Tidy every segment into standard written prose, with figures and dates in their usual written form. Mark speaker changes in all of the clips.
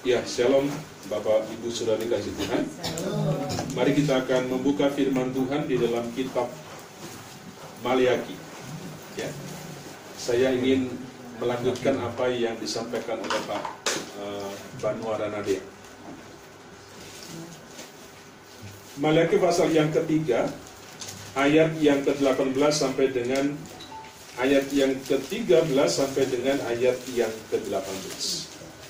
Speaker 1: Ya, shalom Bapak Ibu Saudara dikasih Tuhan. Mari kita akan membuka firman Tuhan di dalam kitab Maleakhi. Ya. Saya ingin melanjutkan apa yang disampaikan oleh Pak Banuara Nadia. Maleakhi pasal yang ketiga, ayat yang ke-18 sampai dengan ayat yang ke-13 sampai dengan ayat yang ke-18.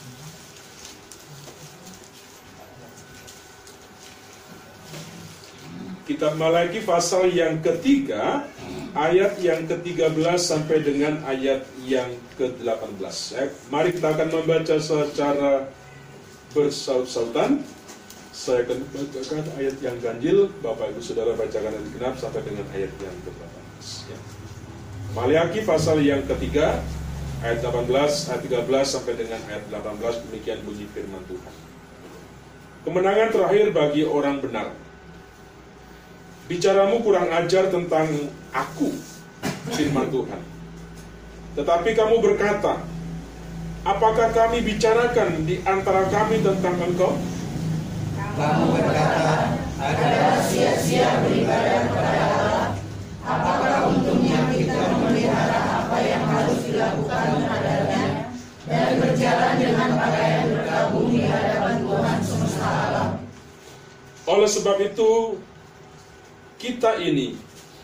Speaker 1: Kitab Maleakhi pasal yang ketiga, ayat yang ke-13 sampai dengan ayat yang ke-18. Mari kita akan membaca secara bersaut-sautan. Saya akan bacakan ayat yang ganjil, Bapak Ibu Saudara bacakan ayat genap sampai dengan ayat yang ke-18. Ya. Maleakhi pasal yang ketiga, ayat 18, ayat 13 sampai dengan ayat 18, demikian bunyi firman Tuhan. Kemenangan terakhir bagi orang benar. Bicaramu kurang ajar tentang aku, firman Tuhan. Tetapi kamu berkata, apakah kami bicarakan di antara kami tentang engkau?
Speaker 2: Kamu berkata, adalah sia-sia beribadah kepada Allah. Apakah untungnya kita memelihara apa yang harus dilakukan terhadapnya dan berjalan dengan pakaian berkabung di hadapan Tuhan semesta alam?
Speaker 1: Oleh sebab itu, kita ini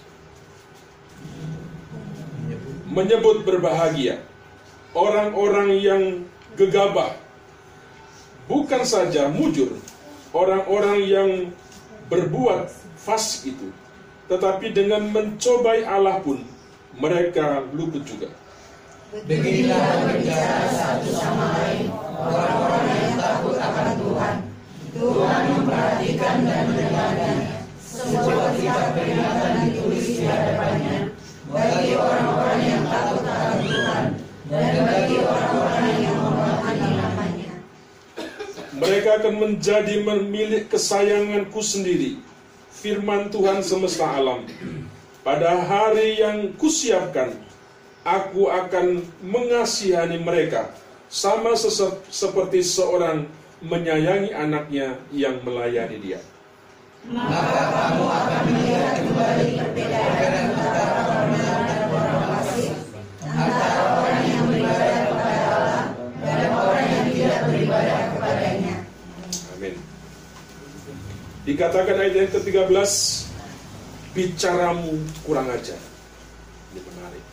Speaker 1: menyebut berbahagia orang-orang yang gegabah, bukan saja mujur, orang-orang yang berbuat fasik itu, tetapi dengan mencobai Allah pun mereka luput juga.
Speaker 2: Beginilah berbicara satu sama lain orang-orang yang takut akan Tuhan. Tuhan memperhatikan dan mendengarkannya. Sebuah kitab peringatan ditulis di hadapannya bagi orang-orang yang takut akan Tuhan dan bagi orang-orang yang menghormati namanya.
Speaker 1: Mereka akan menjadi milik kesayanganku sendiri, firman Tuhan semesta alam. Pada hari yang kusiapkan, aku akan mengasihani mereka, sama seperti seorang menyayangi anaknya yang melayani dia.
Speaker 2: Maka kamu akan melihat kembali perbedaan antara orang benar dan orang fasik, antara orang yang beribadah kepada Allah dan orang yang tidak beribadah kepadanya.
Speaker 1: Amin. Dikatakan ayat yang ke-13, bicaramu kurang ajar. Ini menarik.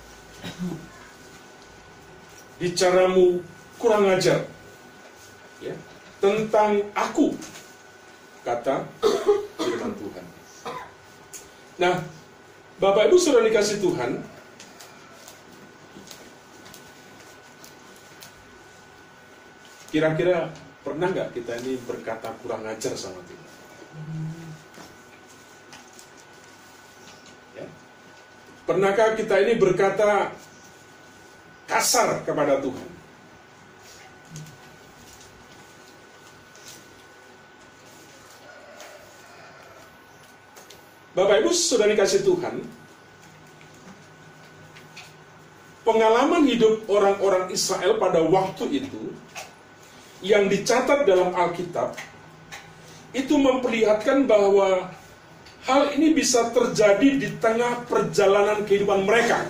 Speaker 1: Bicaramu kurang ajar, ya, tentang aku, kata firman Tuhan. Nah, Bapak Ibu Saudara dikasih Tuhan, kira-kira pernah nggak kita ini berkata kurang ajar sama Tuhan? Ya. Pernahkah kita ini berkata kasar kepada Tuhan? Bapak Ibu Saudara dikasih Tuhan, pengalaman hidup orang-orang Israel pada waktu itu yang dicatat dalam Alkitab itu memperlihatkan bahwa hal ini bisa terjadi di tengah perjalanan kehidupan mereka.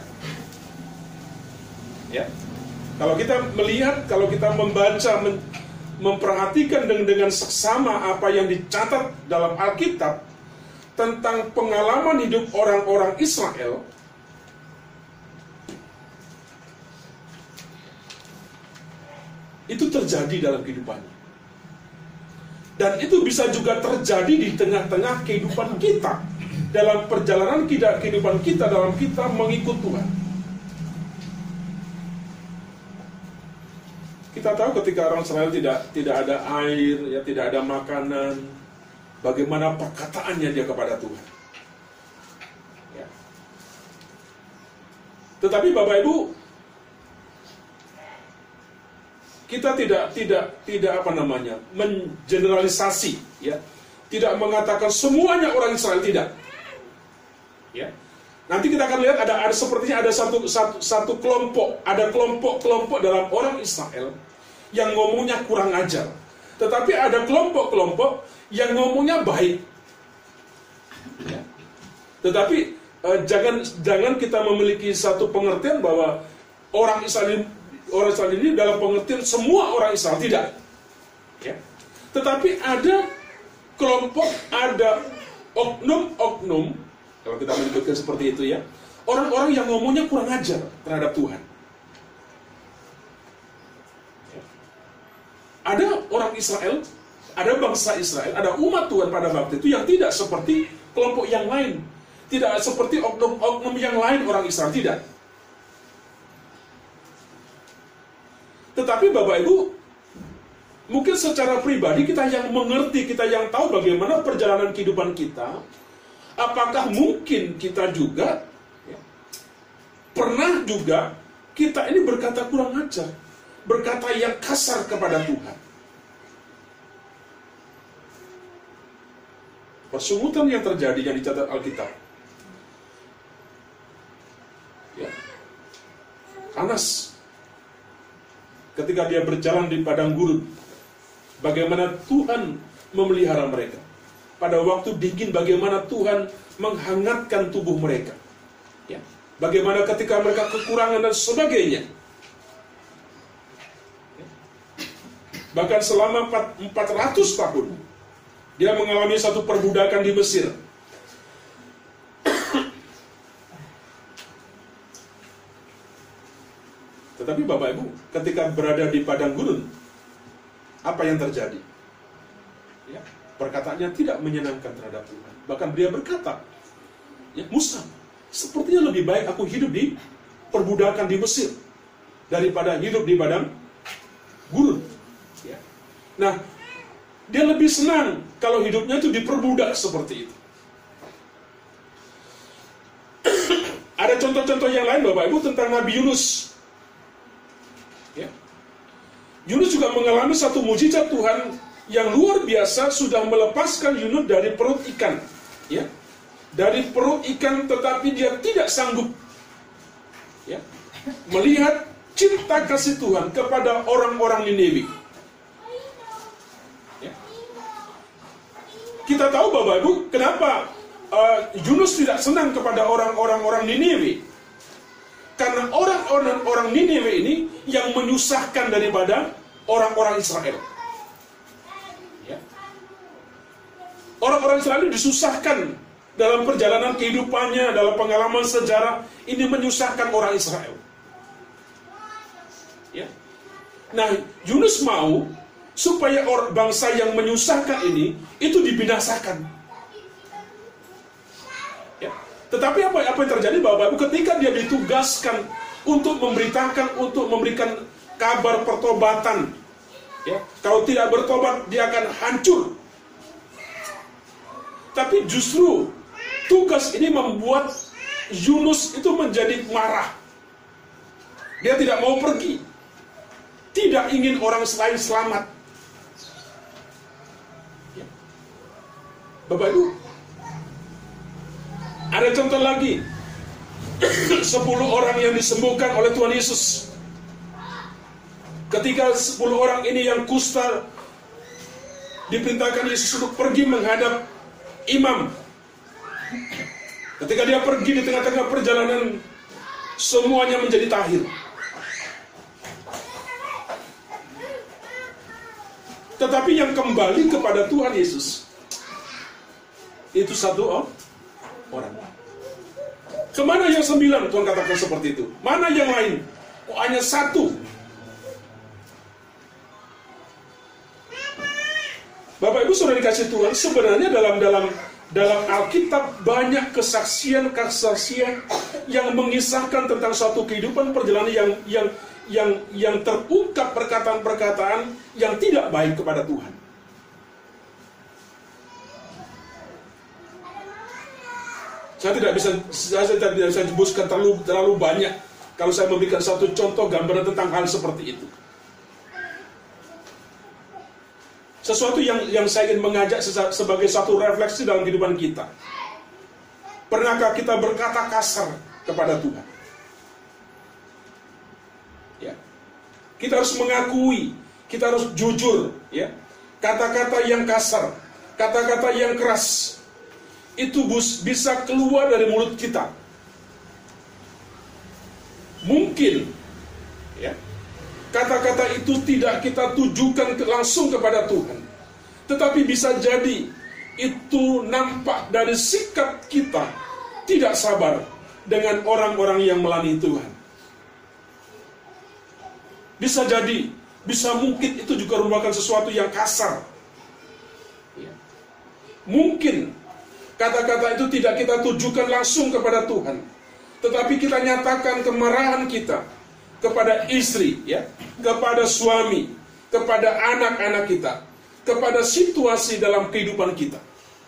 Speaker 1: Ya. Kalau kita melihat, kalau kita membaca, memperhatikan dengan seksama apa yang dicatat dalam Alkitab tentang pengalaman hidup orang-orang Israel, itu terjadi dalam kehidupannya. Dan itu bisa juga terjadi di tengah-tengah kehidupan kita, dalam perjalanan kehidupan kita, dalam kita mengikut Tuhan. Kita tahu ketika orang Israel tidak ada air, ya, tidak ada makanan, bagaimana perkataannya dia kepada Tuhan. Ya. Tetapi Bapak Ibu, kita tidak apa namanya, mengeneralisasi, ya. Tidak mengatakan semuanya orang Israel, tidak. Ya. Nanti kita akan lihat sepertinya ada satu kelompok, ada kelompok-kelompok dalam orang Israel yang ngomongnya kurang ajar. Tetapi ada kelompok-kelompok yang ngomongnya baik. Ya. Tetapi jangan kita memiliki satu pengertian bahwa orang Israel ini dalam pengertian semua orang Israel, tidak. Ya. Tetapi ada kelompok, ada oknum-oknum, kalau kita menyebutkan seperti itu ya, orang-orang yang ngomongnya kurang ajar terhadap Tuhan. Ya. Ada orang Israel, ada bangsa Israel, ada umat Tuhan pada waktu itu yang tidak seperti kelompok yang lain. Tidak seperti oknum-oknum yang lain orang Israel, tidak. Tetapi Bapak Ibu, mungkin secara pribadi kita yang mengerti, kita yang tahu bagaimana perjalanan kehidupan kita, apakah mungkin kita juga pernah juga kita ini berkata kurang ajar, berkata yang kasar kepada Tuhan. Persungutan yang terjadi yang dicatat Alkitab. Ya. Anas ketika dia berjalan di padang gurun, bagaimana Tuhan memelihara mereka. Pada waktu dingin, bagaimana Tuhan menghangatkan tubuh mereka. Ya. Bagaimana ketika mereka kekurangan dan sebagainya. Ya. Bahkan selama 400 tahun, dia mengalami satu perbudakan di Mesir. Tetapi Bapak Ibu, ketika berada di padang gurun, apa yang terjadi? Ya, perkataannya tidak menyenangkan terhadap Tuhan. Bahkan dia berkata, ya, Musa, sepertinya lebih baik aku hidup di perbudakan di Mesir daripada hidup di padang gurun. Ya. Nah, dia lebih senang kalau hidupnya itu diperbudak seperti itu. Ada contoh-contoh yang lain Bapak Ibu tentang Nabi Yunus. Ya. Yunus juga mengalami satu mujizat Tuhan yang luar biasa, sudah melepaskan Yunus dari perut ikan. Ya. Dari perut ikan, tetapi dia tidak sanggup, ya, melihat cinta kasih Tuhan kepada orang-orang Niniwi. Ya. Kita tahu Bapak Ibu, kenapa Yunus tidak senang kepada orang Niniwi. Karena orang Niniwi ini yang menyusahkan daripada orang-orang Israel. Ya. Orang-orang Israel ini disusahkan dalam perjalanan kehidupannya, dalam pengalaman sejarah, ini menyusahkan orang Israel. Ya. Nah, Yunus mau supaya bangsa yang menyusahkan ini itu dibinasakan. Ya. Tetapi apa yang terjadi Bapak Ibu, ketika dia ditugaskan untuk memberitakan, untuk memberikan kabar pertobatan, ya, kalau tidak bertobat dia akan hancur. Tapi justru tugas ini membuat Yunus itu menjadi marah. Dia tidak mau pergi, tidak ingin orang lain selamat. Ya. Bapak Ibu, ada contoh lagi. 10 orang yang disembuhkan oleh Tuhan Yesus. Ketika 10 orang ini yang kusta diperintahkan Yesus untuk pergi menghadap imam. Ketika dia pergi di tengah-tengah perjalanan, semuanya menjadi tahir. Tetapi yang kembali kepada Tuhan Yesus itu 1 orang. Kemana yang 9? Tuhan katakan seperti itu. Mana yang lain? Kok hanya 1? Bapak Ibu saudara dikasih Tuhan, sebenarnya dalam Alkitab banyak kesaksian yang mengisahkan tentang suatu kehidupan perjalanan yang terungkap perkataan-perkataan yang tidak baik kepada Tuhan. Saya tidak bisa sebutkan terlalu banyak kalau saya memberikan satu contoh gambaran tentang hal seperti itu. Sesuatu yang saya ingin mengajak sebagai satu refleksi dalam kehidupan kita. Pernahkah kita berkata kasar kepada Tuhan? Ya. Kita harus mengakui kita harus jujur, ya. Kata-kata yang kasar, kata-kata yang keras, itu bisa keluar dari mulut kita. Mungkin, ya, kata-kata itu tidak kita tujukan langsung kepada Tuhan, tetapi bisa jadi itu nampak dari sikap kita tidak sabar dengan orang-orang yang melayani Tuhan. Bisa jadi, bisa mungkin itu juga merupakan sesuatu yang kasar. Mungkin kata-kata itu tidak kita tujukan langsung kepada Tuhan, tetapi kita nyatakan kemarahan kita kepada istri, ya, kepada suami, kepada anak-anak kita, kepada situasi dalam kehidupan kita.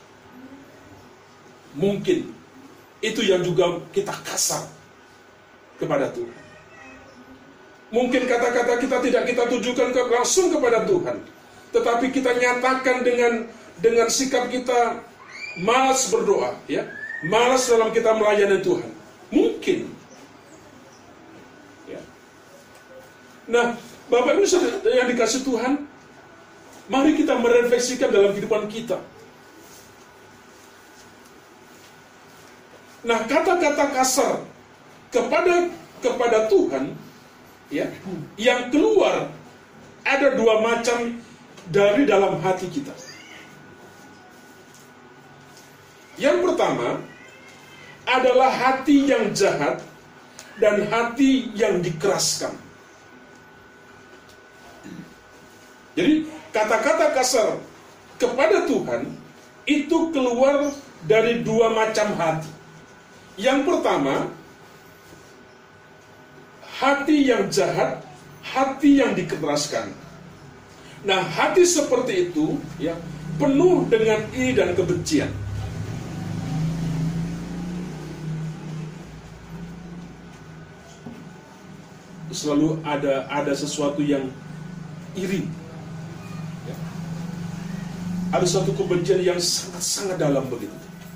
Speaker 1: Mungkin itu yang juga kita kasar kepada Tuhan. Mungkin kata-kata kita tidak kita tujukan langsung kepada Tuhan, tetapi kita nyatakan dengan sikap kita malas berdoa, ya, malas dalam kita melayani Tuhan. Mungkin, ya. Nah, Bapak Ibu yang dikasih Tuhan, mari kita merefleksikan dalam kehidupan kita. Nah, kata-kata kasar kepada Tuhan, ya, yang keluar ada dua macam dari dalam hati kita. Yang pertama adalah hati yang jahat dan hati yang dikeraskan. Jadi kata-kata kasar kepada Tuhan itu keluar dari dua macam hati. Yang pertama, hati yang jahat, hati yang dikeraskan. Nah, hati seperti itu, ya, penuh dengan iri dan kebencian. Selalu ada sesuatu yang iri, ya. Ada suatu kebencian yang sangat-sangat dalam begitu.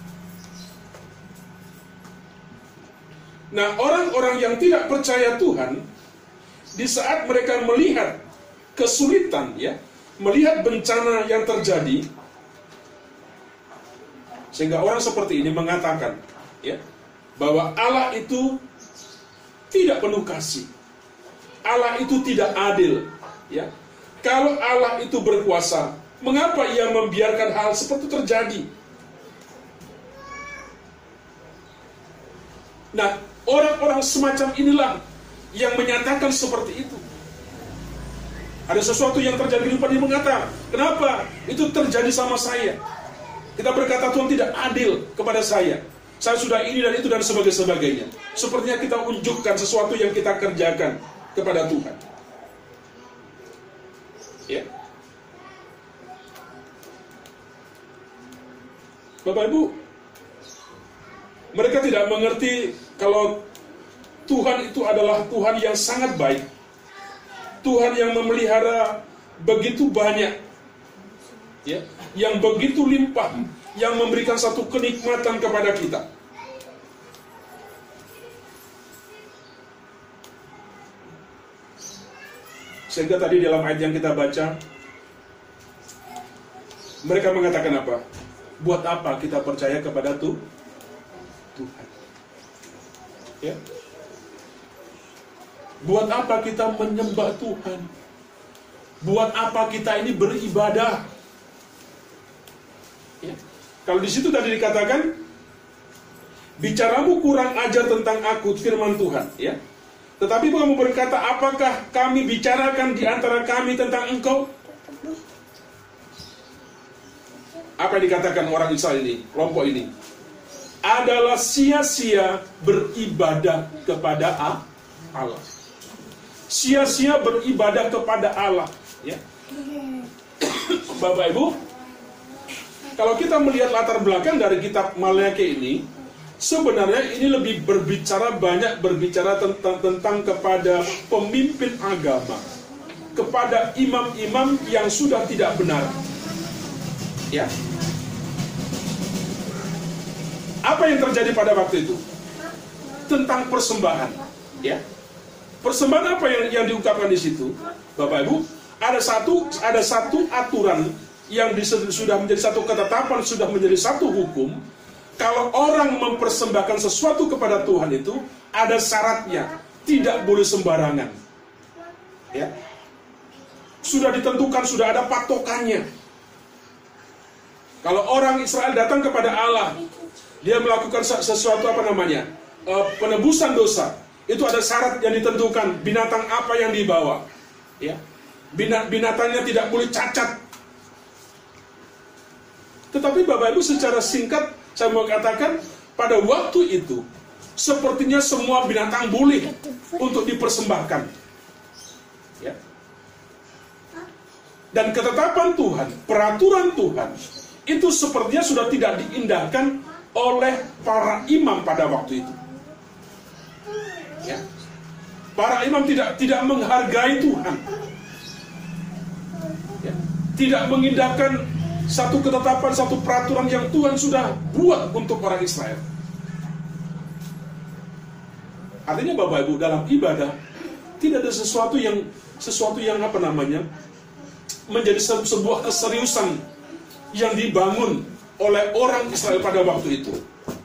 Speaker 1: Nah, orang-orang yang tidak percaya Tuhan, di saat mereka melihat kesulitan, ya, melihat bencana yang terjadi, sehingga orang seperti ini mengatakan, ya, bahwa Allah itu tidak penuh kasih, Allah itu tidak adil, ya. Kalau Allah itu berkuasa, mengapa Ia membiarkan hal seperti itu terjadi? Nah, orang-orang semacam inilah yang menyatakan seperti itu. Ada sesuatu yang terjadi di kehidupan ini mengatakan, kenapa itu terjadi sama saya? Kita berkata Tuhan tidak adil kepada saya. Saya sudah ini dan itu dan sebagainya. Sepertinya kita unjukkan sesuatu yang kita kerjakan kepada Tuhan. Ya. Bapak Ibu, mereka tidak mengerti kalau Tuhan itu adalah Tuhan yang sangat baik. Tuhan yang memelihara begitu banyak, ya, yang begitu limpah, yang memberikan satu kenikmatan kepada kita. Sehingga tadi dalam ayat yang kita baca, mereka mengatakan apa? Buat apa kita percaya kepada Tuhan? Ya. Buat apa kita menyembah Tuhan? Buat apa kita ini beribadah? Ya. Kalau di situ tadi dikatakan, bicaramu kurang ajar tentang aku, firman Tuhan, ya. Tetapi kamu berkata, apakah kami bicarakan di antara kami tentang engkau? Apa yang dikatakan orang Israel ini, kelompok ini? Adalah sia-sia beribadah kepada Allah. Sia-sia beribadah kepada Allah, ya. Bapak Ibu, kalau kita melihat latar belakang dari kitab Maleakhi ini, sebenarnya ini lebih banyak berbicara tentang kepada pemimpin agama, kepada imam-imam yang sudah tidak benar, ya. Apa yang terjadi pada waktu itu? Tentang persembahan, ya. Persembahan apa yang diungkapkan di situ, Bapak Ibu? Ada satu aturan yang sudah menjadi satu ketetapan, sudah menjadi satu hukum. Kalau orang mempersembahkan sesuatu kepada Tuhan itu ada syaratnya, tidak boleh sembarangan. Ya. Sudah ditentukan, sudah ada patokannya. Kalau orang Israel datang kepada Allah, dia melakukan sesuatu penebusan dosa, itu ada syarat yang ditentukan, binatang apa yang dibawa. Ya. Binatangnya tidak boleh cacat. Tetapi Bapak Ibu, secara singkat saya mau katakan, pada waktu itu sepertinya semua binatang boleh untuk dipersembahkan. Ya. Dan ketetapan Tuhan, peraturan Tuhan, itu sepertinya sudah tidak diindahkan oleh para imam pada waktu itu. Ya. Para imam tidak menghargai Tuhan. Ya. Tidak mengindahkan satu ketetapan, satu peraturan yang Tuhan sudah buat untuk orang Israel. Artinya Bapak Ibu, dalam ibadah tidak ada sesuatu yang menjadi sebuah keseriusan yang dibangun oleh orang Israel pada waktu itu.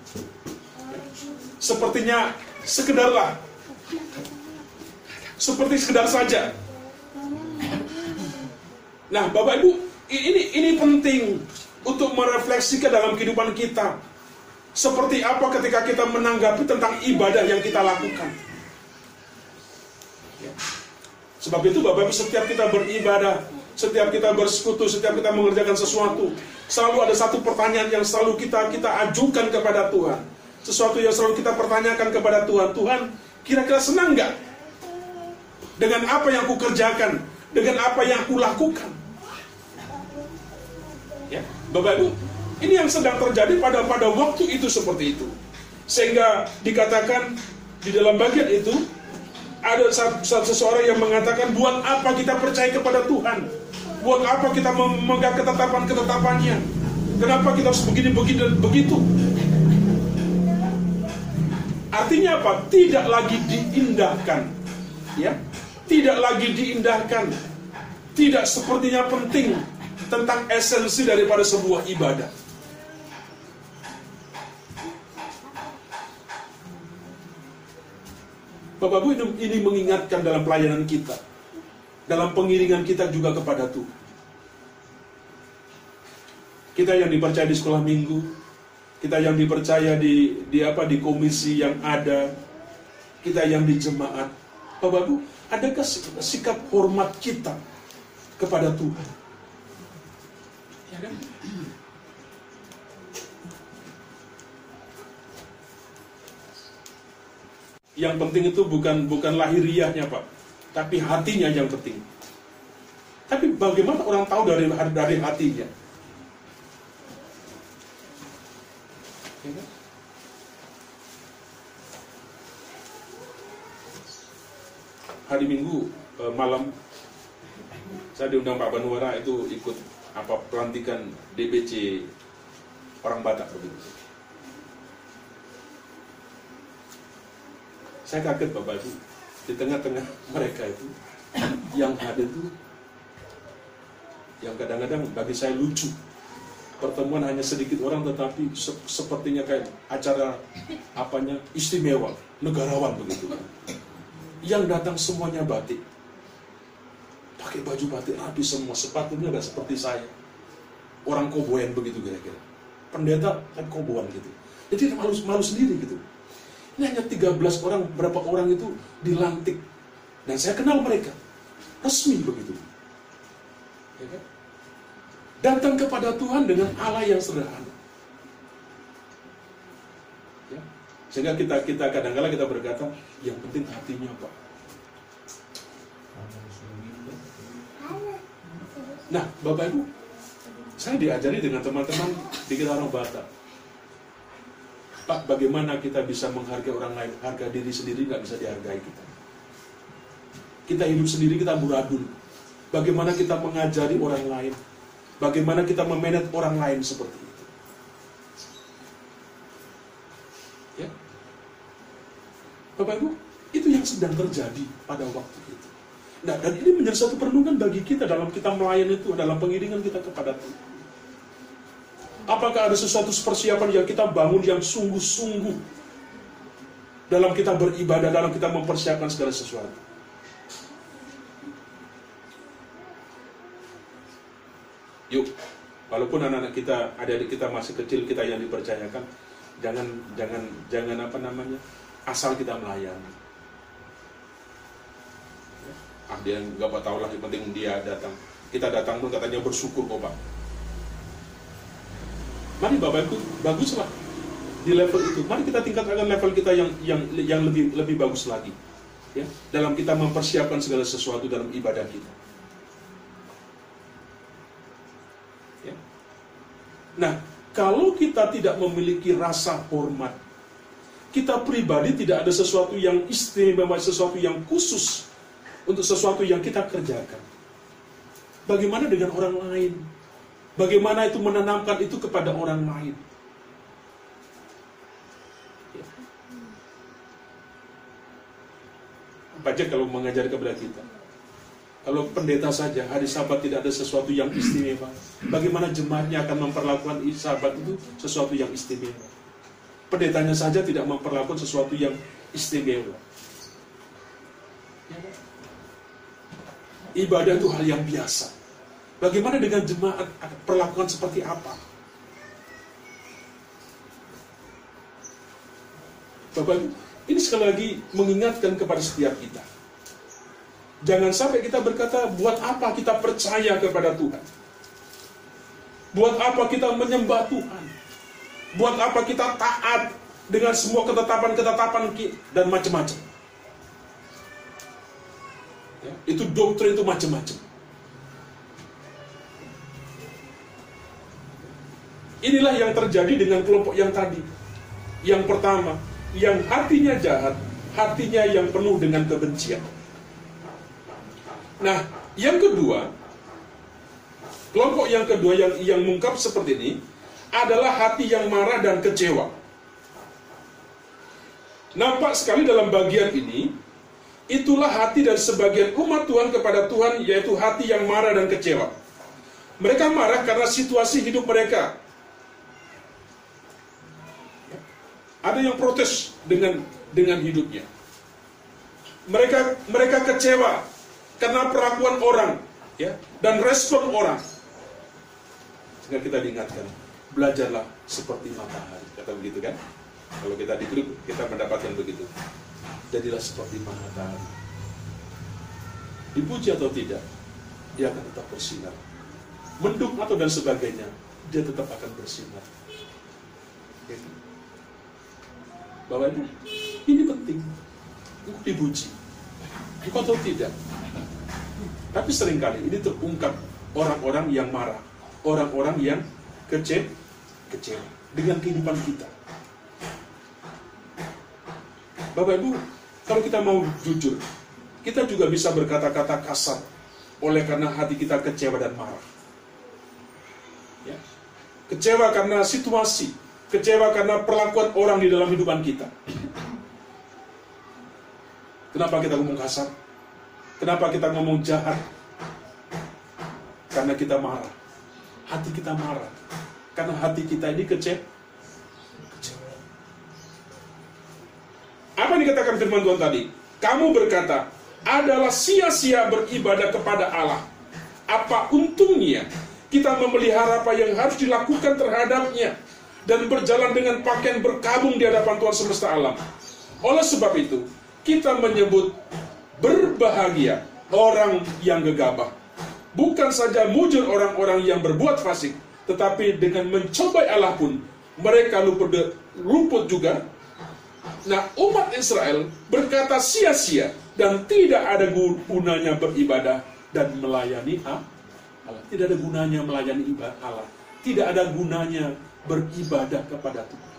Speaker 1: Sepertinya seperti sekedar saja. Nah, Bapak Ibu, ini penting untuk merefleksikan dalam kehidupan kita. Seperti apa ketika kita menanggapi tentang ibadah yang kita lakukan. Ya. Sebab itu Bapak Ibu, setiap kita beribadah, setiap kita bersekutu, setiap kita mengerjakan sesuatu, selalu ada satu pertanyaan yang selalu kita ajukan kepada Tuhan. Sesuatu yang selalu kita pertanyakan kepada Tuhan. Tuhan, kira-kira senang nggak dengan apa yang aku kerjakan, dengan apa yang aku lakukan? Ya, Bapak Ibu, ini yang sedang terjadi pada waktu itu seperti itu. Sehingga dikatakan di dalam bagian itu ada seseorang yang mengatakan, buat apa kita percaya kepada Tuhan? Buat apa kita memegang ketetapan-ketetapannya? Kenapa kita harus begini dan begitu? Artinya apa? Tidak lagi diindahkan. Ya, tidak lagi diindahkan. Tidak sepertinya penting tentang esensi daripada sebuah ibadah. Bapak Ibu, ini mengingatkan dalam pelayanan kita, dalam pengiringan kita juga kepada Tuhan. Kita yang dipercaya di sekolah minggu, kita yang dipercaya di komisi yang ada, kita yang di jemaat. Bapak Ibu, adakah sikap hormat kita kepada Tuhan? Ya kan? Yang penting itu bukan lahiriahnya, Pak, tapi hatinya yang penting. Tapi bagaimana orang tahu dari hatinya? Ya kan? Hari Minggu malam saya diundang Pak Banuara itu ikut pelantikan DBC orang Batak begitu. Saya kaget Bapak Ibu, di tengah-tengah mereka itu yang hadir itu yang kadang-kadang bagi saya lucu. Pertemuan hanya sedikit orang tetapi sepertinya kayak acara istimewa, negarawan begitu. Yang datang semuanya batik. Pakai baju batik rapi semua, sepatunya nggak seperti saya. Orang koboyan begitu kira-kira. Pendeta kan koboan gitu. Jadi malu sendiri gitu. Ini hanya 13 orang, berapa orang itu dilantik. Dan saya kenal mereka. Resmi begitu. Ya kan? Datang kepada Tuhan dengan Allah yang sederhana. Ya? Sehingga kita kadang-kadang kita berkata, yang penting hatinya Pak. Nah, Bapak Ibu, saya diajari dengan teman-teman di kita orang Batak. Pak, bagaimana kita bisa menghargai orang lain? Harga diri sendiri nggak bisa dihargai kita. Kita hidup sendiri, kita amburadul. Bagaimana kita mengajari orang lain? Bagaimana kita memanage orang lain seperti itu? Ya, Bapak Ibu, itu yang sedang terjadi pada waktu itu. Nah, dan ini menjadi satu perenungan bagi kita dalam kita melayani itu, dalam pengiringan kita kepada Tuhan. Apakah ada sesuatu persiapan yang kita bangun yang sungguh-sungguh dalam kita beribadah, dalam kita mempersiapkan segala sesuatu? Yuk, walaupun anak-anak kita, adik-adik kita masih kecil, kita yang dipercayakan, jangan apa namanya, asal kita melayani. Dia nggak tahu lah, yang penting dia datang. Kita datang pun katanya bersyukur kok Pak. Mari Bapak Ibu, baguslah di level itu. Mari kita tingkatkan level kita yang lebih bagus lagi, ya, dalam kita mempersiapkan segala sesuatu dalam ibadah kita. Ya. Nah, kalau kita tidak memiliki rasa hormat, kita pribadi tidak ada sesuatu yang istimewa, sesuatu yang khusus untuk sesuatu yang kita kerjakan. Bagaimana dengan orang lain? Bagaimana itu menanamkan itu kepada orang lain? Ya. Apa aja kalau mengajar kepada kita? Kalau pendeta saja, hari Sabat tidak ada sesuatu yang istimewa, bagaimana jemaatnya akan memperlakukan Sabat itu sesuatu yang istimewa? Pendetanya saja tidak memperlakukan sesuatu yang istimewa. Ibadah itu hal yang biasa. Bagaimana dengan jemaat, perlakuan seperti apa? Bapak, ini sekali lagi mengingatkan kepada setiap kita. Jangan sampai kita berkata, buat apa kita percaya kepada Tuhan? Buat apa kita menyembah Tuhan? Buat apa kita taat dengan semua ketetapan-ketetapan dan macam-macam? Ya, itu doktrin, itu macam-macam. Inilah yang terjadi dengan kelompok yang tadi. Yang pertama, yang hatinya jahat, hatinya yang penuh dengan kebencian. Nah, yang kedua, kelompok yang kedua yang mengungkap seperti ini adalah hati yang marah dan kecewa. Nampak sekali dalam bagian ini, itulah hati dari sebagian umat Tuhan kepada Tuhan, yaitu hati yang marah dan kecewa. Mereka marah karena situasi hidup mereka. Ada yang protes dengan hidupnya. Mereka kecewa karena perlakuan orang, ya, dan respon orang. Sehingga kita diingatkan, belajarlah seperti matahari, kata begitu kan? Kalau kita di grup, kita mendapatkan begitu. Jadilah seperti matahari. Dipuji atau tidak, dia akan tetap bersinar. Mendung atau dan sebagainya, dia tetap akan bersinar. Gitu. Bapak Ibu, ini penting untuk dipuji, atau tidak. Tapi seringkali ini terungkap orang-orang yang marah, orang-orang yang kecewa dengan kehidupan kita. Bapak Ibu, kalau kita mau jujur, kita juga bisa berkata-kata kasar oleh karena hati kita kecewa dan marah. Ya. Kecewa karena situasi, kecewa karena perlakuan orang di dalam kehidupan kita. Kenapa kita ngomong kasar? Kenapa kita ngomong jahat? Karena kita marah. Hati kita marah. Karena hati kita ini kecewa. Apa yang dikatakan firman Tuhan tadi? Kamu berkata, adalah sia-sia beribadah kepada Allah. Apa untungnya kita memelihara apa yang harus dilakukan terhadapnya dan berjalan dengan pakaian berkabung di hadapan Tuhan semesta alam. Oleh sebab itu, kita menyebut berbahagia orang yang gegabah. Bukan saja mujur orang-orang yang berbuat fasik, tetapi dengan mencobai Allah pun mereka luput juga. Nah, umat Israel berkata sia-sia dan tidak ada gunanya beribadah dan melayani Allah. Tidak ada gunanya melayani ibadah Allah. Tidak ada gunanya beribadah kepada Tuhan.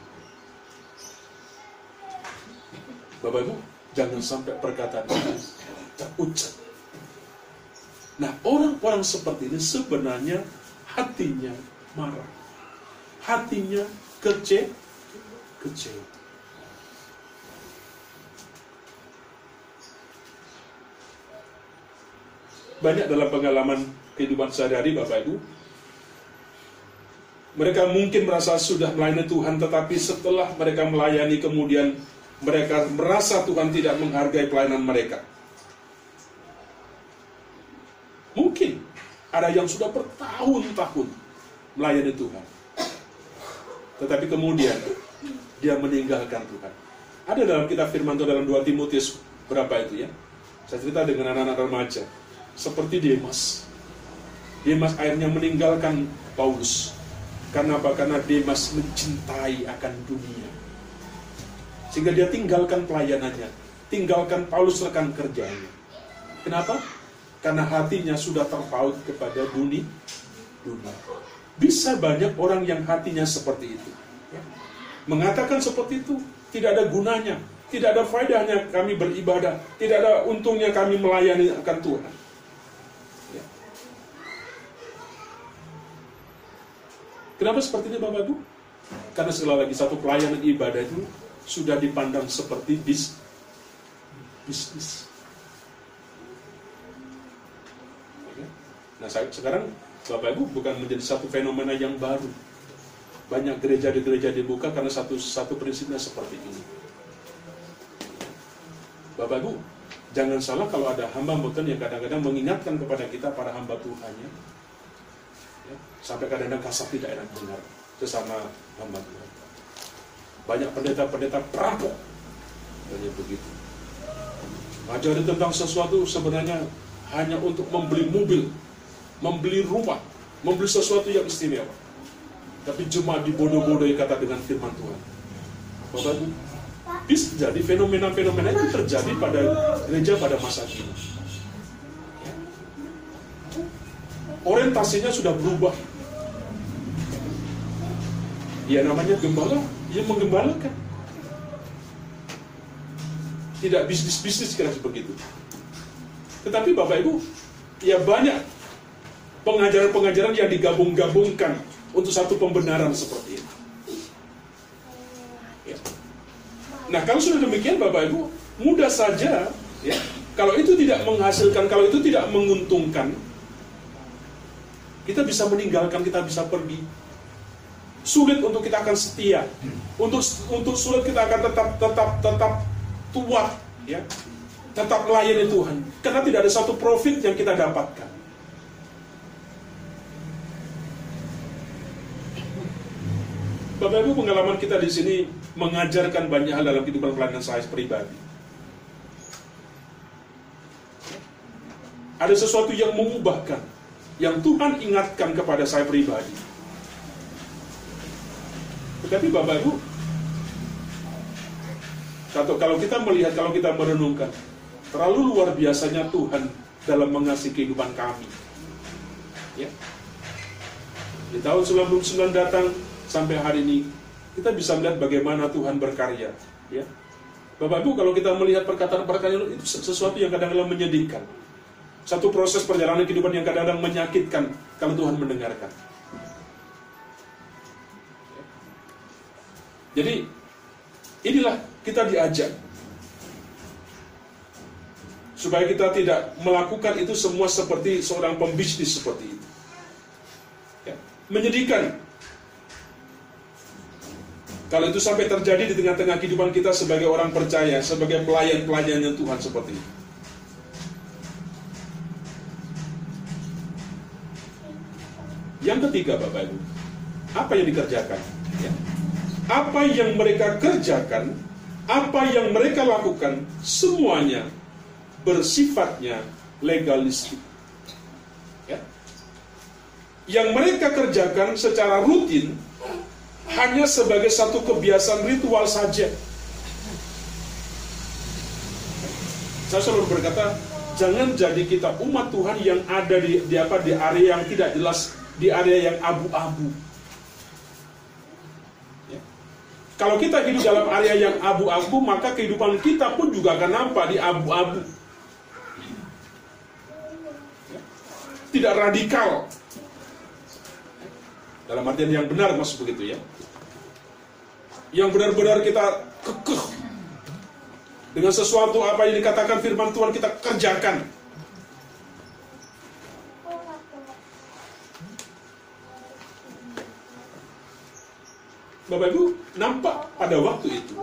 Speaker 1: Bapak Ibu, jangan sampai perkataan kita terucap. Nah, orang-orang seperti ini sebenarnya hatinya marah. Hatinya kecewa. banyak dalam pengalaman kehidupan sehari-hari Bapak Ibu. Mereka mungkin merasa sudah melayani Tuhan, tetapi setelah mereka melayani kemudian mereka merasa Tuhan tidak menghargai pelayanan mereka. Mungkin ada yang sudah bertahun-tahun melayani Tuhan, tetapi kemudian dia meninggalkan Tuhan. Ada dalam kitab firman Tuhan dalam 2 Timotius berapa itu ya? Saya cerita dengan anak-anak remaja. Seperti Demas. Demas akhirnya meninggalkan Paulus. Karena apa? Karena Demas mencintai akan dunia. Sehingga dia tinggalkan pelayanannya. Tinggalkan Paulus rekan kerjanya. Kenapa? Karena hatinya sudah terpaut kepada dunia. Bisa banyak orang yang hatinya seperti itu. Mengatakan seperti itu tidak ada gunanya, tidak ada faedahnya kami beribadah, tidak ada untungnya kami melayani akan Tuhan. Ya. Kenapa seperti ini Bapak Ibu? Karena sekali lagi satu pelayanan ibadah itu sudah dipandang seperti bisnis. Nah sekarang Bapak Ibu bukan menjadi satu fenomena yang baru. Banyak gereja dibuka karena satu prinsipnya seperti ini. Bapak Ibu, jangan salah kalau ada hamba Tuhan yang kadang-kadang mengingatkan kepada kita para hamba Tuhan ya, sampai kadang-kadang kasar tidak enak dengar sesama hamba Tuhan. Banyak pendeta-pendeta perampok, banyak begitu. Ngajari tentang sesuatu sebenarnya hanya untuk membeli mobil, membeli rumah, membeli sesuatu yang istimewa. Tapi cuma dibodoh-bodohi kata dengan firman Tuhan. Bapak Ibu, bisa jadi fenomena-fenomena itu terjadi pada gereja pada masa kini. Orientasinya sudah berubah. Ya namanya gembala, ya menggembalakan. Tidak bisnis-bisnis kira begitu. Tetapi Bapak Ibu, ya banyak pengajaran-pengajaran yang digabung-gabungkan untuk satu pembenaran seperti itu. Ya. Nah kalau sudah demikian Bapak Ibu, mudah saja ya, kalau itu tidak menghasilkan, kalau itu tidak menguntungkan, kita bisa meninggalkan, kita bisa pergi. Sulit untuk kita akan setia, untuk sulit kita akan tetap kuat, ya, tetap melayani Tuhan, karena tidak ada satu profit yang kita dapatkan. Bapak Ibu, pengalaman kita di sini mengajarkan banyak hal dalam kehidupan pelayanan saya pribadi. Ada sesuatu yang mengubahkan, yang Tuhan ingatkan kepada saya pribadi. Tetapi Bapak Ibu, kalau kita melihat, kalau kita merenungkan, terlalu luar biasanya Tuhan dalam mengasihi kehidupan kami. Ya. Di tahun 99 datang, sampai hari ini kita bisa melihat bagaimana Tuhan berkarya, ya. Bapak Ibu, kalau kita melihat perkataan-perkataan itu sesuatu yang kadang-kadang menyedihkan. Satu proses perjalanan kehidupan yang kadang-kadang menyakitkan kalau Tuhan mendengarkan. Jadi inilah kita diajak supaya kita tidak melakukan itu semua seperti seorang pembisnis seperti itu. Ya. Menyedihkan kalau itu sampai terjadi di tengah-tengah kehidupan kita sebagai orang percaya, sebagai pelayan-pelayan Tuhan seperti itu. Yang ketiga Bapak Ibu, apa yang dikerjakan? Ya. Apa yang mereka kerjakan, apa yang mereka lakukan, semuanya bersifatnya legalistik. Ya. Yang mereka kerjakan secara rutin hanya sebagai satu kebiasaan ritual saja. Saya selalu berkata, jangan jadi kita umat Tuhan yang ada di area yang tidak jelas, di area yang abu-abu. Ya. Kalau kita hidup dalam area yang abu-abu, maka kehidupan kita pun juga akan nampak di abu-abu. Ya. Tidak radikal. Dalam artian yang benar maksud begitu ya. Yang benar-benar kita kekeh dengan sesuatu apa yang dikatakan firman Tuhan kita kerjakan. Bapak Ibu, nampak pada waktu itu.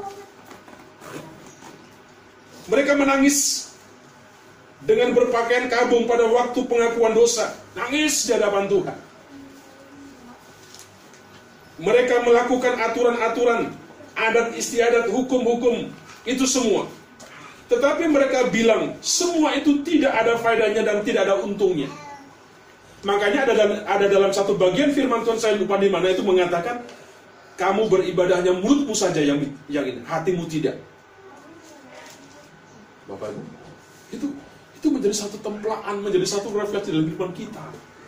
Speaker 1: Mereka menangis dengan berpakaian kabung pada waktu pengakuan dosa. Nangis di hadapan Tuhan. Mereka melakukan aturan-aturan, adat istiadat, hukum-hukum, itu semua. Tetapi mereka bilang, semua itu tidak ada faedahnya dan tidak ada untungnya. Makanya ada dalam satu bagian firman Tuhan, saya lupa di mana, itu mengatakan, kamu beribadahnya mulutmu saja yang ini, hatimu tidak. Bapak Ibu, itu menjadi satu templaan, menjadi satu refleksi dalam kehidupan kita.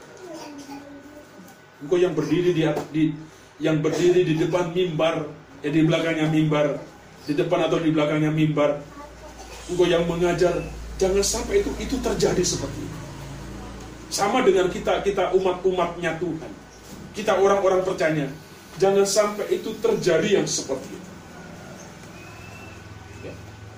Speaker 1: Engkau yang berdiri di depan mimbar, di belakangnya mimbar, di depan atau di belakangnya mimbar, engkau yang mengajar, jangan sampai itu terjadi seperti itu. Sama dengan kita umat-umatnya Tuhan, kita orang-orang percaya, jangan sampai itu terjadi yang seperti itu. Ya.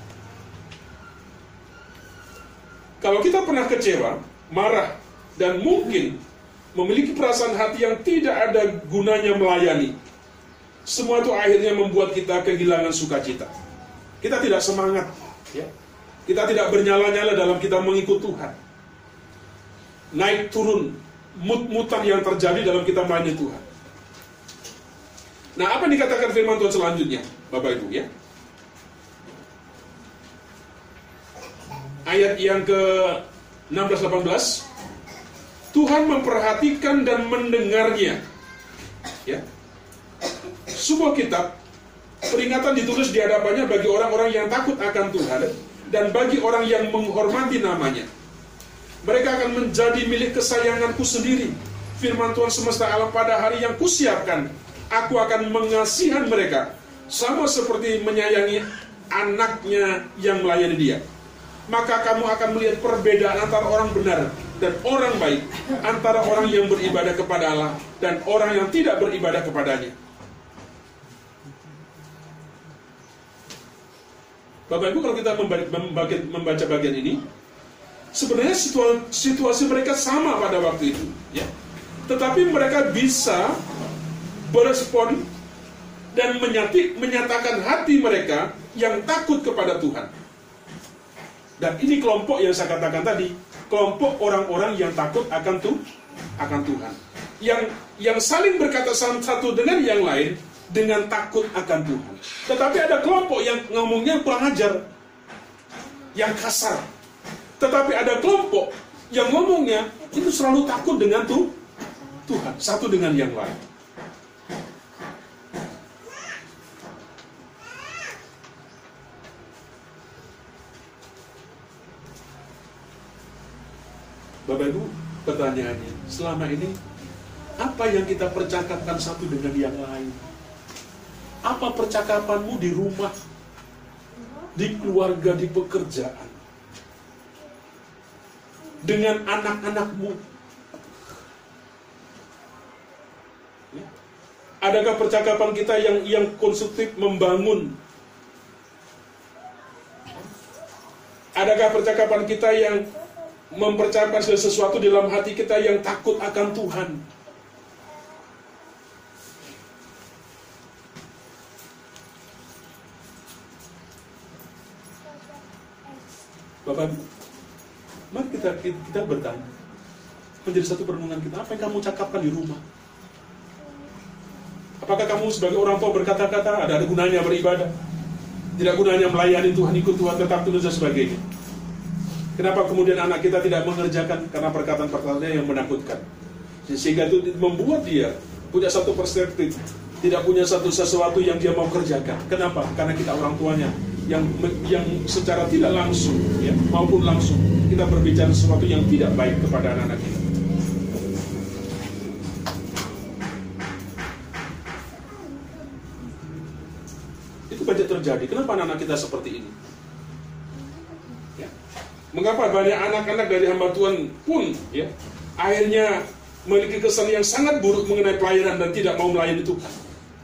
Speaker 1: Kalau kita pernah kecewa, marah, dan mungkin memiliki perasaan hati yang tidak ada gunanya melayani, semua itu akhirnya membuat kita kehilangan sukacita. Kita tidak semangat, ya. Kita tidak bernyala-nyala dalam kita mengikut Tuhan. Naik turun, mut-mutan yang terjadi dalam kita melayani Tuhan. Nah, apa yang dikatakan firman Tuhan selanjutnya, Bapak Ibu, ya? Ayat yang ke-16-18, Tuhan memperhatikan dan mendengarnya. Ya. Sebuah kitab peringatan ditulis di hadapannya bagi orang-orang yang takut akan Tuhan dan bagi orang yang menghormati namanya. Mereka akan menjadi milik kesayanganku sendiri. Firman Tuhan semesta alam pada hari yang kusiapkan, aku akan mengasihan mereka sama seperti menyayangi anaknya yang melayani dia. Maka kamu akan melihat perbedaan antara orang benar dan orang baik, antara orang yang beribadah kepada Allah dan orang yang tidak beribadah kepadanya. Bapak Ibu, kalau kita membaca bagian ini, sebenarnya situasi mereka sama pada waktu itu, ya. Tetapi mereka bisa berespon dan menyatakan hati mereka yang takut kepada Tuhan. Dan ini kelompok yang saya katakan tadi, kelompok orang-orang yang takut akan Tuhan, yang saling berkata satu dengan yang lain dengan takut akan Tuhan. Tetapi ada kelompok yang ngomongnya kurang ajar, yang kasar. Tetapi ada kelompok yang ngomongnya itu selalu takut dengan Tuhan, satu dengan yang lain. Bapak Ibu, pertanyaannya, selama ini apa yang kita percakapkan satu dengan yang lain? Apa percakapanmu di rumah, di keluarga, di pekerjaan, dengan anak-anakmu? Ya. Adakah percakapan kita yang konstruktif, membangun? Adakah percakapan kita yang mempercayai sesuatu dalam hati kita yang takut akan Tuhan? Bapak, mari kita bertanya, menjadi satu perenungan kita, apa yang kamu cakapkan di rumah? Apakah kamu sebagai orang tua berkata-kata, ada gunanya beribadah, tidak gunanya melayani Tuhan, ikut Tuhan, tetap tulus dan sebagainya? Kenapa kemudian anak kita tidak mengerjakan? Karena perkataan-perkataannya yang menakutkan, sehingga itu membuat dia punya satu perspektif, tidak punya sesuatu yang dia mau kerjakan. Kenapa? Karena kita orang tuanya yang secara tidak langsung, ya, maupun langsung kita berbicara sesuatu yang tidak baik kepada anak-anak kita. Itu banyak terjadi. Kenapa anak-anak kita seperti ini? Mengapa banyak anak-anak dari hamba Tuhan pun, ya, akhirnya memiliki kesan yang sangat buruk mengenai pelayanan dan tidak mau melayani Tuhan?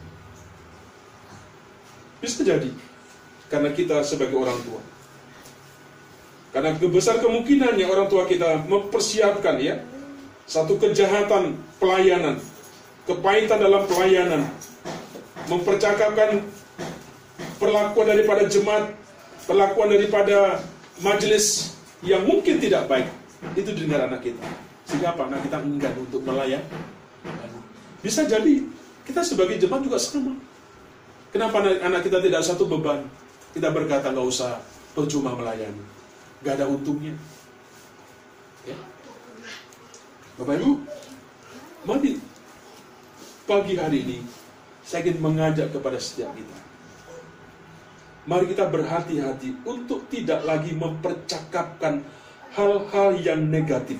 Speaker 1: Bisa jadi karena kita sebagai orang tua, karena besar kemungkinannya orang tua kita mempersiapkan, ya, satu kejahatan pelayanan, kepahitan dalam pelayanan, mempercakapkan perlakuan daripada jemaat, perlakuan daripada majelis yang mungkin tidak baik, itu didengar anak kita. Sehingga apa? Anak kita enggan untuk melayani. Bisa jadi kita sebagai jemaat juga sama. Kenapa anak kita tidak satu beban? Kita berkata nggak usah, percuma melayani, nggak ada untungnya. Ya. Bapak Ibu, mari pagi hari ini saya ingin mengajak kepada setiap kita. Mari kita berhati-hati untuk tidak lagi mempercakapkan hal-hal yang negatif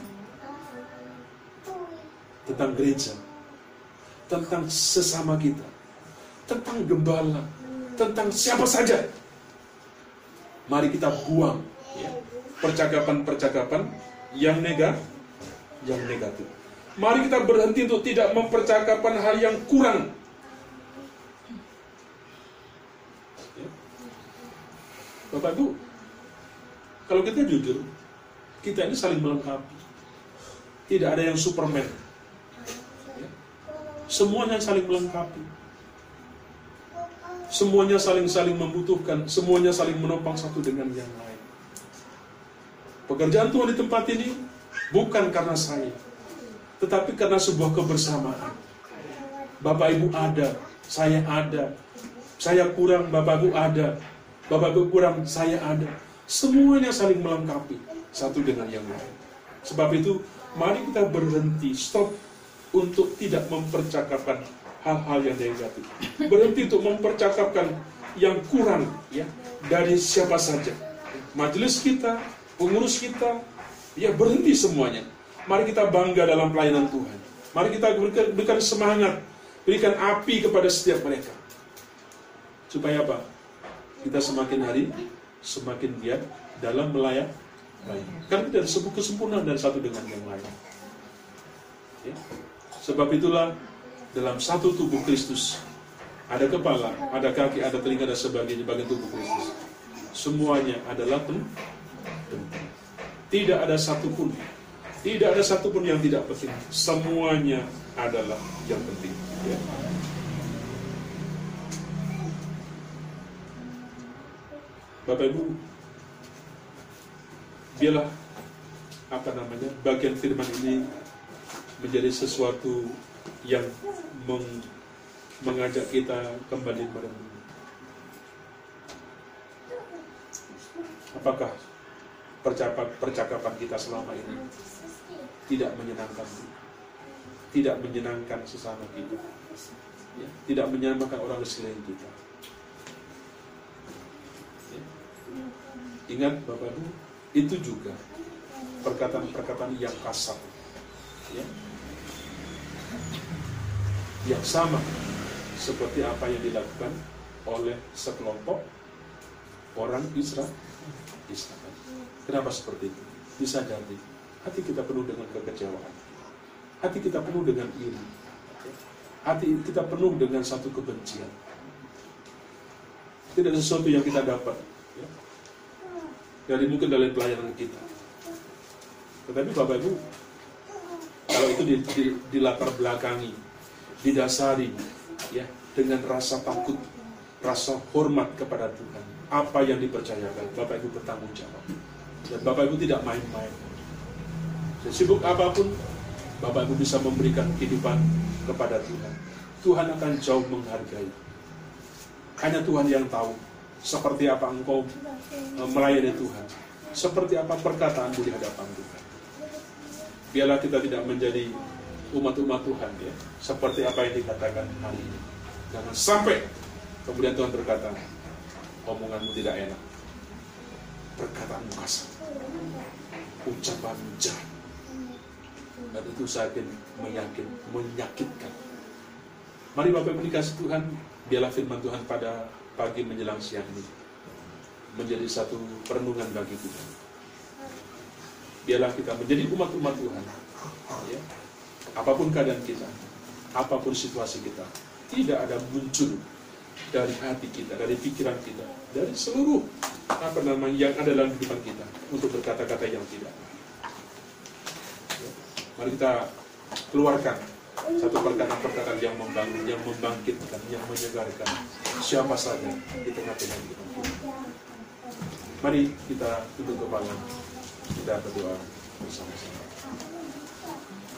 Speaker 1: tentang gereja, tentang sesama kita, tentang gembala, tentang siapa saja. Mari kita buang percakapan-percakapan yang negatif. Mari kita berhenti untuk tidak mempercakapkan hal yang kurang. Bapak Ibu, kalau kita jujur, kita ini saling melengkapi. Tidak ada yang Superman. Semuanya saling melengkapi. Semuanya saling membutuhkan. Semuanya saling menopang satu dengan yang lain. Pekerjaan Tuhan di tempat ini bukan karena saya, tetapi karena sebuah kebersamaan. Bapak Ibu ada, saya ada. Saya kurang, Bapak Ibu ada. Bapak Ibu kurang, saya ada. Semuanya saling melengkapi satu dengan yang lain. Sebab itu, mari kita berhenti, stop untuk tidak mempercakapkan hal-hal yang negatif. Berhenti untuk mempercakapkan yang kurang ya dari siapa saja. Majelis kita, pengurus kita, ya berhenti semuanya. Mari kita bangga dalam pelayanan Tuhan. Mari kita berikan semangat, berikan api kepada setiap mereka. Supaya apa? Kita semakin hari semakin giat dalam melayani. Karena tidak ada sebuah kesempurnaan dari satu dengan yang lain. Ya. Sebab itulah dalam satu tubuh Kristus ada kepala, ada kaki, ada telinga dan sebagainya bagian tubuh Kristus. Semuanya adalah penting. Tidak ada satupun yang tidak penting. Semuanya adalah yang penting. Ya. Bapak Ibu, biarlah bagian firman ini menjadi sesuatu yang mengajak kita kembali merenung. Apakah percakapan kita selama ini tidak menyenangkan sesama kita, ya, tidak menyenangkan orang di sekeliling kita? Ingat Bapak Ibu, itu juga perkataan-perkataan yang kasar, ya, yang sama seperti apa yang dilakukan oleh sekelompok orang Israel. Kenapa seperti itu? Bisa jadi hati kita penuh dengan kekecewaan, hati kita penuh dengan iri, hati kita penuh dengan satu kebencian. Tidak ada sesuatu yang kita dapat dari mungkin dalam pelayanan kita. Tetapi Bapak Ibu, kalau itu dilatar belakangi, didasari ya dengan rasa takut, rasa hormat kepada Tuhan, apa yang dipercayakan, Bapak Ibu bertanggung jawab. Dan Bapak Ibu tidak main-main. Sesibuk apapun, Bapak Ibu bisa memberikan kehidupan kepada Tuhan. Tuhan akan jauh menghargai. Hanya Tuhan yang tahu seperti apa engkau melayani Tuhan, seperti apa perkataanmu di hadapan Tuhan. Biarlah kita tidak menjadi umat-umat Tuhan ya, seperti apa yang dikatakan hari ini. Jangan sampai kemudian Tuhan berkata, omonganmu tidak enak, perkataanmu kasar, ucapan jahat, dan itu sakit, menyakitkan. Mari Bapak Ibu dikasih Tuhan, biarlah firman Tuhan pada pagi menjelang siang ini menjadi satu perenungan bagi kita. Biarlah kita menjadi umat-umat Tuhan ya. Apapun keadaan kita, apapun situasi kita, tidak ada muncul dari hati kita, dari pikiran kita, dari seluruh yang ada dalam kehidupan kita untuk berkata-kata yang tidak. Ya. Mari kita keluarkan Satu perkataan yang membangun, yang membangkitkan, yang menyegarkan siapa saja di tengah-tengah kita. Mari kita tunduk kepala, kita berdoa bersama-sama.